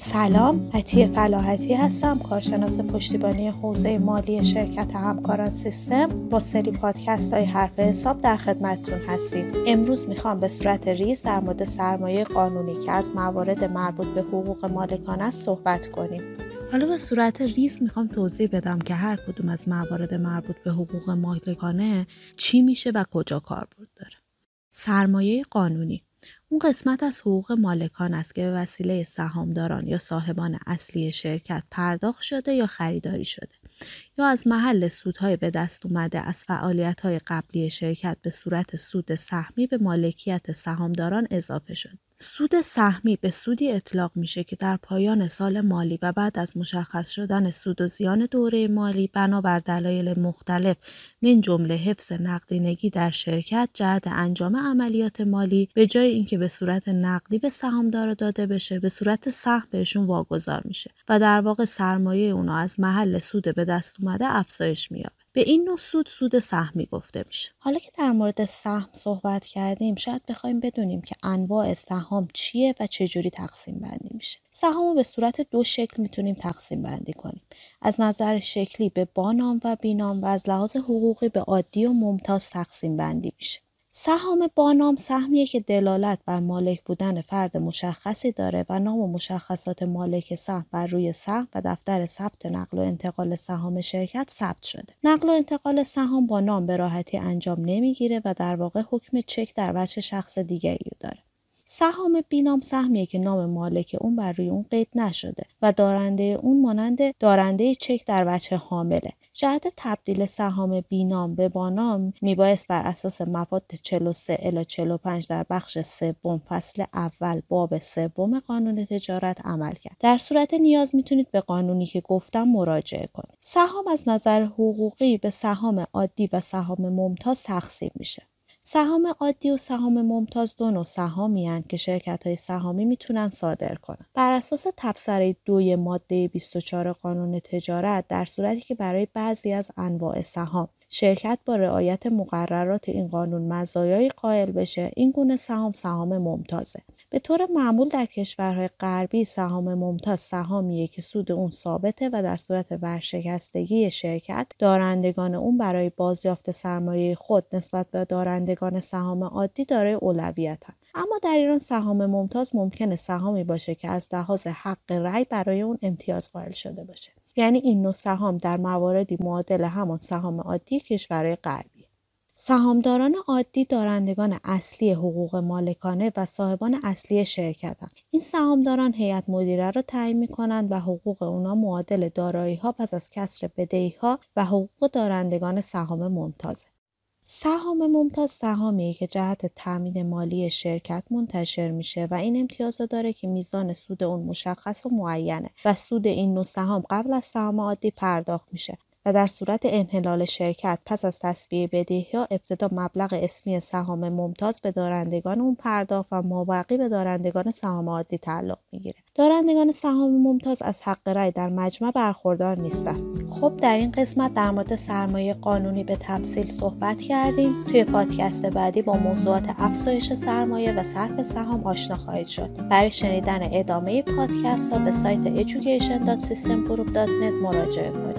سلام، عطیه فلاحتی هستم، کارشناس پشتیبانی حوزه مالی شرکت همکاران سیستم. با سری پادکست های حرف حساب در خدمتتون هستیم. امروز میخوام به صورت ریز در مورد سرمایه قانونی که از موارد مربوط به حقوق مالکان است صحبت کنیم. حالا به صورت ریز میخوام توضیح بدم که هر کدوم از موارد مربوط به حقوق مالکانه چی میشه و کجا کاربرد داره. سرمایه قانونی اون قسمت از حقوق مالکان است که به وسیله سهامداران یا صاحبان اصلی شرکت پرداخت شده یا خریداری شده یا از محل سودهای به دست اومده از فعالیت‌های قبلی شرکت به صورت سود سهمی به مالکیت سهامداران اضافه شد. سود سهمی به سودی اطلاق میشه که در پایان سال مالی و بعد از مشخص شدن سود و زیان دوره مالی بنابر دلایل مختلف من جمله حفظ نقدینگی در شرکت جهت انجام عملیات مالی به جای اینکه به صورت نقدی به سهامدارا داده بشه به صورت سهم بهشون واگذار میشه و در واقع سرمایه اونا از محل سود به دست اومده افزایش می‌یابه. به این نوع سود سهمی گفته میشه. حالا که در مورد سهم صحبت کردیم شاید بخوایم بدونیم که انواع سهام چیه و چجوری تقسیم بندی میشه. سهامو به صورت دو شکل میتونیم تقسیم بندی کنیم. از نظر شکلی به بانام و بینام و از لحاظ حقوقی به عادی و ممتاز تقسیم بندی میشه. سهام بانام سهمیه که دلالت بر مالک بودن فرد مشخصی داره و نام و مشخصات مالک سهم بر روی سهم و دفتر ثبت نقل و انتقال سهام شرکت ثبت شده. نقل و انتقال سهام با نام به راحتی انجام نمیگیره و در واقع حکم چک در وجه شخص دیگری داره. سهام بینام سهمیه که نام مالک اون بر روی اون قید نشده و دارنده اون مانند دارنده چک در وجه حامله. جهت تبدیل سهام بینام به بانام میبایست بر اساس مواد 43 الی 45 در بخش سوم فصل اول باب سوم قانون تجارت عمل کرد. در صورت نیاز میتونید به قانونی که گفتم مراجعه کنید. سهام از نظر حقوقی به سهام عادی و سهام ممتاز تقسیم میشه. سهام عادی و سهام ممتاز دو نوع سهامی هستند که شرکت‌های سهامی میتونن صادر کنن. بر اساس تبصره 2 ماده 24 قانون تجارت در صورتی که برای بعضی از انواع سهام شرکت با رعایت مقررات این قانون مزایای قائل بشه، این گونه سهام ممتازه. به طور معمول در کشورهای غربی سهام ممتاز سهامیه که سود اون ثابته و در صورت ورشکستگی شرکت دارندگان اون برای بازیافت سرمایه خود نسبت به دارندگان سهام عادی دارای اولویتن. اما در ایران سهام ممتاز ممکنه سهامی باشه که از لحاظ حق رأی برای اون امتیاز قائل شده باشه. یعنی این نوع سهام در مواردی معادل همان سهام عادی کشورهای غربی. سهامداران عادی دارندگان اصلی حقوق مالکانه و صاحبان اصلی شرکتند. این سهامداران هیئت مدیره را تعیین می‌کنند و حقوق اونا معادل دارایی‌ها پس از کسر بدهی‌ها و حقوق دارندگان سهام ممتازه. سهام ممتاز سهامیه که جهت تامین مالی شرکت منتشر میشه و این امتیاز داره که میزان سود اون مشخص و معینه و سود این نوع سهام قبل از سهام عادی پرداخت میشه و در صورت انحلال شرکت پس از تسویه بدهی‌ها ابتدا مبلغ اسمی سهام ممتاز به دارندگان اون پرداخت و مابقی به دارندگان سهام عادی تعلق میگیره. دارندگان سهام ممتاز از حق رأی در مجمع برخوردار نیستند. خب در این قسمت در مورد سرمایه قانونی به تفصیل صحبت کردیم. توی پادکست بعدی با موضوعات افزایش سرمایه و صرف سهام آشنا خواهید شد. برای شنیدن ادامه پادکست ها به سایت education.systemgroup.net مراجعه کنید.